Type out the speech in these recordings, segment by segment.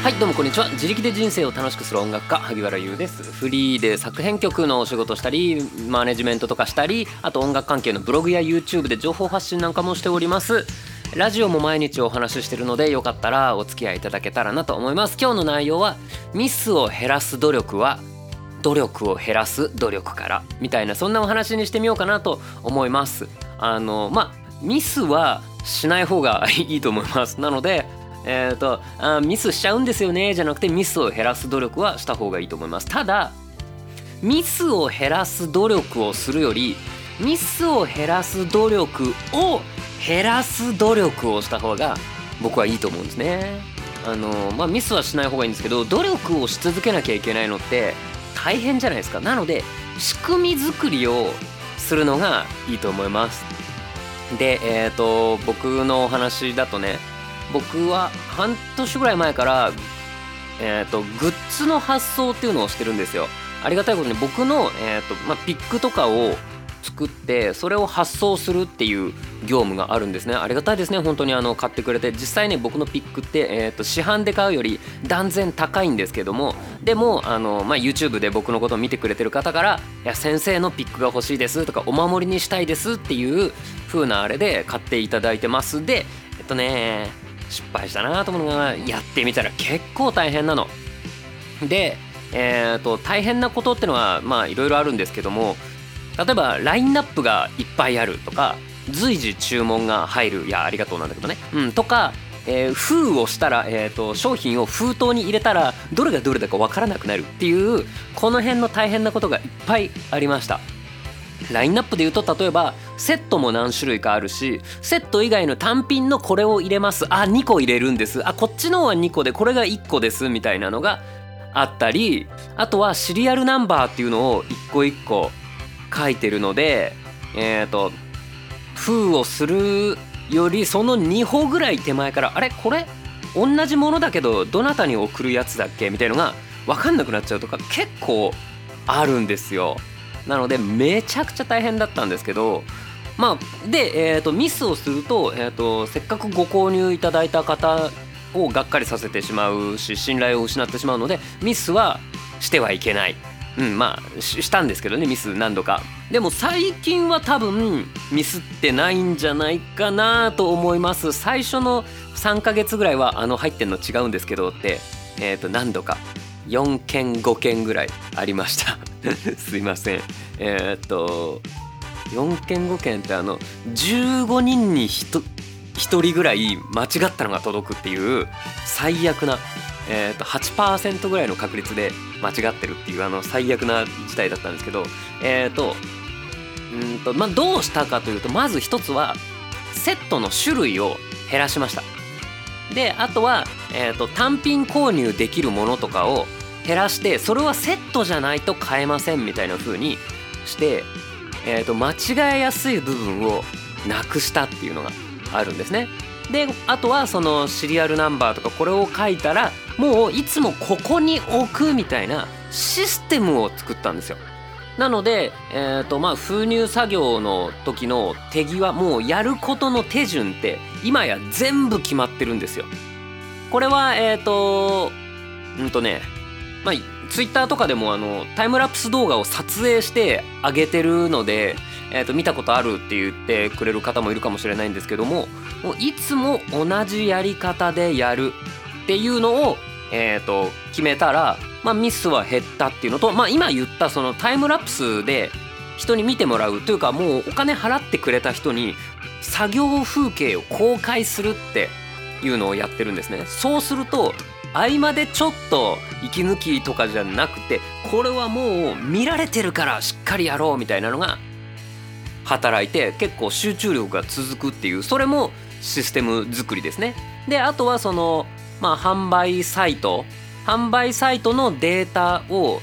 はい、どうもこんにちは。自力で人生を楽しくする音楽家萩原優です。フリーで作編曲のお仕事したり、マネジメントとかしたり、あと音楽関係のブログや YouTube で情報発信なんかもしております。ラジオも毎日お話ししてるので、よかったらお付き合いいただけたらなと思います。今日の内容はミスを減らす努力は努力を減らす努力からみたいな、そんなお話にしてみようかなと思います。ミスはしない方がいいと思います。なのでミスしちゃうんですよねじゃなくて、ミスを減らす努力はした方がいいと思います。ただミスを減らす努力をするより、ミスを減らす努力を減らす努力をした方が僕はいいと思うんですね。ミスはしない方がいいんですけど、努力をし続けなきゃいけないのって大変じゃないですか。なので仕組み作りをするのがいいと思います。で、僕のお話だとね、僕は半年ぐらい前から、グッズの発送っていうのをしてるんですよ。ありがたいことに僕の、ピックとかを作ってそれを発送するっていう業務があるんですね。ありがたいですね、本当に買ってくれて。実際ね、僕のピックって、市販で買うより断然高いんですけども、でもYouTube で僕のことを見てくれてる方から、いや先生のピックが欲しいですとか、お守りにしたいですっていう風なあれで買っていただいてます。で失敗したなと思うのが、やってみたら結構大変なので、大変なことってのはいろいろあるんですけども、例えばラインナップがいっぱいあるとか、随時注文が入る、いやありがとうなんだけどね、とか、封をしたら、商品を封筒に入れたらどれがどれだか分からなくなるっていう、この辺の大変なことがいっぱいありました。ラインナップでいうと、例えばセットも何種類かあるし、セット以外の単品のこれを入れます、2個入れるんです、こっちのは2個でこれが1個ですみたいなのがあったり、あとはシリアルナンバーっていうのを1個1個書いてるので、封をするよりその2歩ぐらい手前から、あれこれ同じものだけどどなたに送るやつだっけみたいのが分かんなくなっちゃうとか結構あるんですよ。なのでめちゃくちゃ大変だったんですけど、ミスをすると、せっかくご購入いただいた方をがっかりさせてしまうし、信頼を失ってしまうので、ミスはしてはいけない。したんですけどね、ミス何度か。でも最近は多分ミスってないんじゃないかなと思います。最初の3ヶ月ぐらいは入ってんの違うんですけどって、何度か4件5件ぐらいありましたすいません。4件5件って15人に 1人ぐらい間違ったのが届くっていう最悪な、8% ぐらいの確率で間違ってるっていう最悪な事態だったんですけど、どうしたかというと、まず一つはセットの種類を減らしました。であとは、単品購入できるものとかを減らして、それはセットじゃないと買えませんみたいな風にして、間違えやすい部分をなくしたっていうのがあるんですね。であとはそのシリアルナンバーとかこれを書いたら、もういつもここに置くみたいなシステムを作ったんですよ。なので、封入作業の時の手際、もうやることの手順って今や全部決まってるんですよ。これはツイッターとかでもタイムラプス動画を撮影して上げてるので、見たことあるって言ってくれる方もいるかもしれないんですけども、もういつも同じやり方でやるっていうのを、決めたら、ミスは減ったっていうのと、今言ったそのタイムラプスで人に見てもらうというか、もうお金払ってくれた人に作業風景を公開するっていうのをやってるんですね。そうすると合間でちょっと息抜きとかじゃなくて、これはもう見られてるからしっかりやろうみたいなのが働いて、結構集中力が続くっていう、それもシステム作りですね。であとはその販売サイトのデータを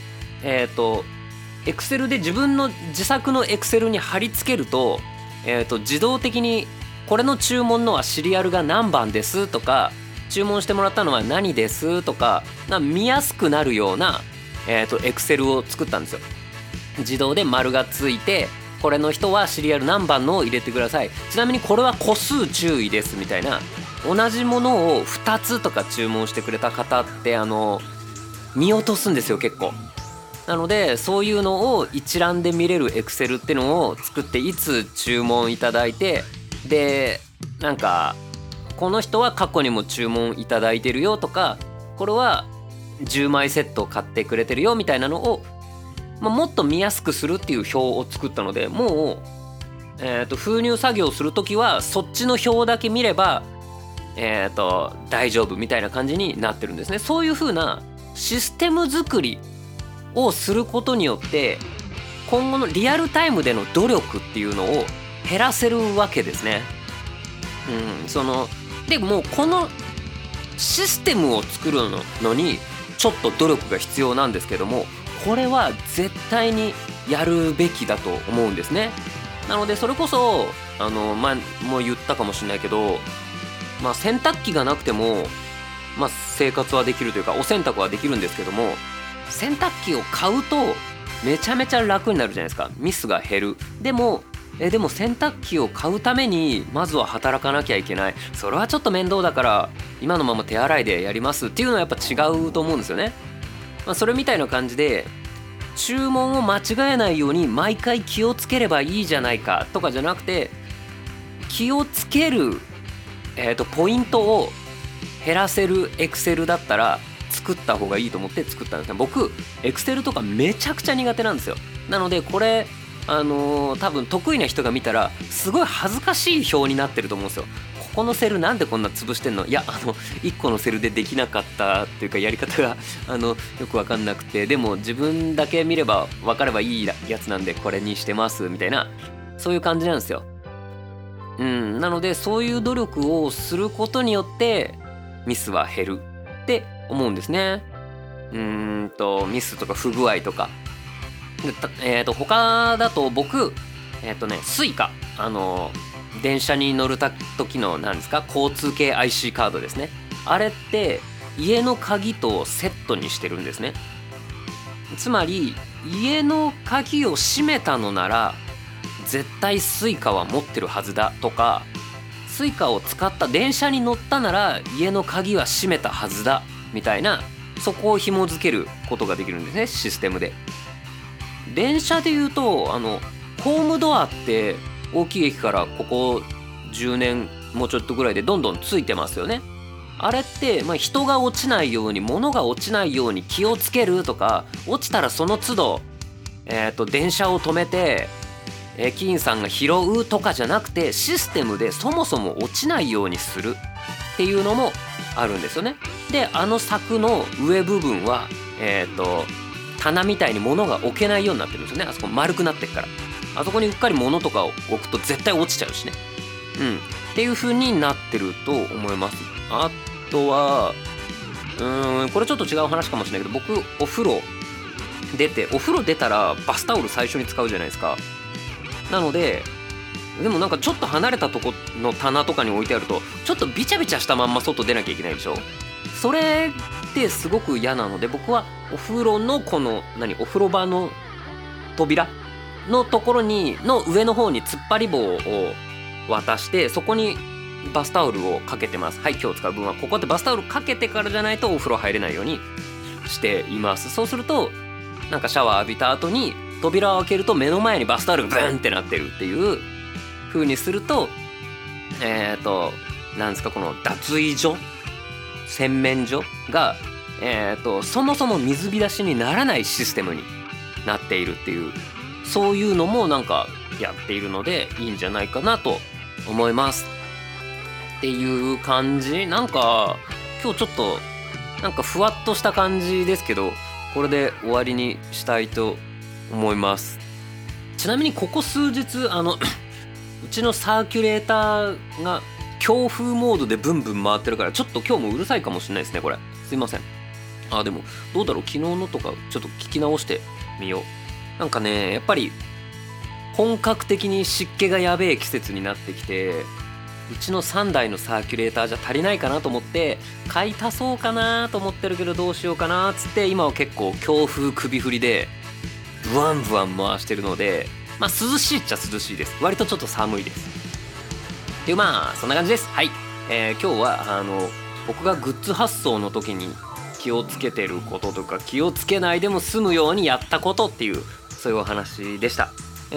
Excel で自分の自作の Excel に貼り付けると、自動的にこれの注文のはシリアルが何番ですとか、注文してもらったのは何ですとか見やすくなるようなExcel を作ったんですよ。自動で丸がついて、 これの人はシリアル何番のを入れてください、ちなみにこれは個数注意ですみたいな、同じものを2つとか注文してくれた方って見落とすんですよ結構。なのでそういうのを一覧で見れるエクセルっていうのを作って、いつ注文いただいて、でなんかこの人は過去にも注文いただいてるよとか、これは10枚セット買ってくれてるよみたいなのを、もっと見やすくするっていう表を作ったので、もう、封入作業するときはそっちの表だけ見れば大丈夫みたいな感じになってるんですね。そういう風なシステム作りをすることによって今後のリアルタイムでの努力っていうのを減らせるわけですね。でもうこのシステムを作るのにちょっと努力が必要なんですけども、これは絶対にやるべきだと思うんですね。なのでそれこそもう言ったかもしれないけど、洗濯機がなくても、生活はできるというかお洗濯はできるんですけども、洗濯機を買うとめちゃめちゃ楽になるじゃないですか。ミスが減る。でも洗濯機を買うためにまずは働かなきゃいけない、それはちょっと面倒だから今のまま手洗いでやりますっていうのはやっぱ違うと思うんですよね。それみたいな感じで注文を間違えないように毎回気をつければいいじゃないかとかじゃなくて、気をつけるポイントを減らせるエクセルだったら作った方がいいと思って作ったんですね。僕エクセルとかめちゃくちゃ苦手なんですよ。なのでこれ多分得意な人が見たらすごい恥ずかしい表になってると思うんですよ。ここのセルなんでこんな潰してんの、いや1個のセルでできなかったっていうかやり方がよく分かんなくて、でも自分だけ見れば分かればいいやつなんでこれにしてますみたいな、そういう感じなんですよ。なのでそういう努力をすることによってミスは減るって思うんですね。ミスとか不具合とかで、他だと僕スイカ電車に乗る時の何ですか、交通系 IC カードですね。あれって家の鍵とセットにしてるんですね。つまり家の鍵を閉めたのなら絶対スイカは持ってるはずだとか、スイカを使った電車に乗ったなら家の鍵は閉めたはずだみたいな、そこを紐付けることができるんですね、システムで。電車でいうとホームドアって大きい駅からここ10年もうちょっとぐらいでどんどんついてますよね。あれって、人が落ちないように物が落ちないように気をつけるとか、落ちたらその都度、電車を止めて駅員さんが拾うとかじゃなくて、システムでそもそも落ちないようにするっていうのもあるんですよね。で柵の上部分は棚みたいに物が置けないようになってるんですよね。あそこ丸くなってるから、あそこにうっかり物とかを置くと絶対落ちちゃうしね。っていう風になってると思います。あとはこれちょっと違う話かもしれないけど、僕お風呂出たらバスタオル最初に使うじゃないですか。なのでもなんかちょっと離れたとこの棚とかに置いてあるとちょっとビチャビチャしたまんま外出なきゃいけないでしょ。それってすごく嫌なので、僕はお風呂のお風呂場の扉のところの上の方に突っ張り棒を渡して、そこにバスタオルをかけてます。はい、今日使う分はここでバスタオルかけてからじゃないとお風呂入れないようにしています。そうするとなんかシャワー浴びた後に扉を開けると目の前にバスタオルがブーンってなってるっていう風にするとなんですか、この脱衣所洗面所がそもそも水浸しにならないシステムになっているっていう、そういうのもなんかやっているのでいいんじゃないかなと思いますっていう感じ。なんか今日ちょっとなんかふわっとした感じですけど、これで終わりにしたいと思います。ちなみにここ数日うちのサーキュレーターが強風モードでブンブン回ってるからちょっと今日もうるさいかもしれないですね。これすいません。でもどうだろう、昨日のとかちょっと聞き直してみよう。なんかね、やっぱり本格的に湿気がやべえ季節になってきて、うちの3台のサーキュレーターじゃ足りないかなと思って買い足そうかなと思ってるけど、どうしようかなっつって今は結構強風首振りでブワンブワン回してるので、 まあ涼しいっちゃ涼しいです。割とちょっと寒いです。でまあそんな感じです。はい、今日は僕がグッズ発送の時に気をつけてることとか気をつけないでも済むようにやったことっていうそういうお話でした。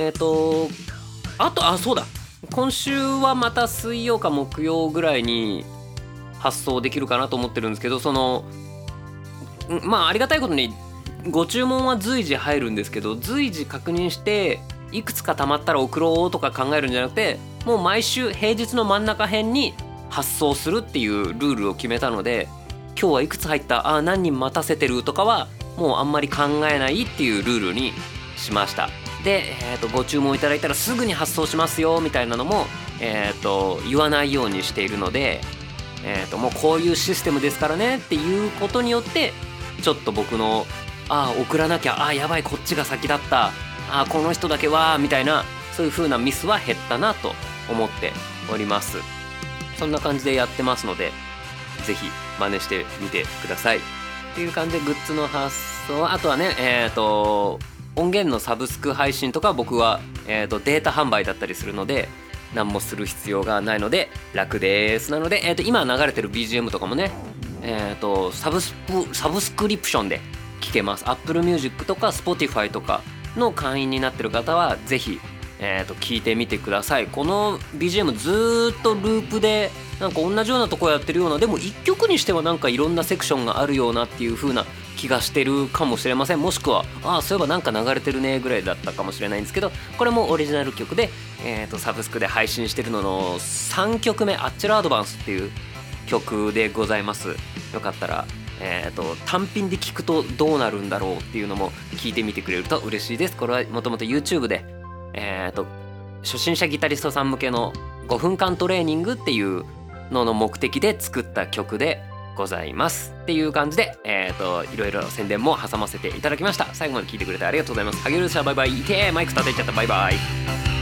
そうだ、今週はまた水曜か木曜ぐらいに発送できるかなと思ってるんですけど、まあありがたいことにご注文は随時入るんですけど、随時確認していくつか溜まったら送ろうとか考えるんじゃなくて、もう毎週平日の真ん中辺に発送するっていうルールを決めたので、今日はいくつ入った、何人待たせてるとかはもうあんまり考えないっていうルールにしました。で、ご注文いただいたらすぐに発送しますよみたいなのも、言わないようにしているので、もうこういうシステムですからねっていうことによってちょっと僕の送らなきゃ、やばいこっちが先だった、この人だけはみたいな、そういう風なミスは減ったなと思っております。そんな感じでやってますので、ぜひ真似してみてくださいっていう感じで、グッズの発送、あとはね音源のサブスク配信とか僕は、データ販売だったりするので何もする必要がないので楽です。なので、今流れてる BGM とかもね、サブスクリプションで聴けます。 Apple Music とか Spotify とかの会員になってる方はぜひ聞いてみてください。この BGM ずーっとループでなんか同じようなとこやってるような、でも1曲にしてはなんかいろんなセクションがあるようなっていう風な気がしてるかもしれません。もしくはそういえばなんか流れてるねぐらいだったかもしれないんですけど、これもオリジナル曲で、サブスクで配信してるのの3曲目、アッチェルアドバンスっていう曲でございます。よかったら単品で聞くとどうなるんだろうっていうのも聞いてみてくれると嬉しいです。これはもともと YouTube で初心者ギタリストさん向けの5分間トレーニングっていうのの目的で作った曲でございますっていう感じで、いろいろ宣伝も挟ませていただきました。最後まで聞いてくれてありがとうございます。ハゲルシャバイバイ。マイク叩いちゃった。バイバイ。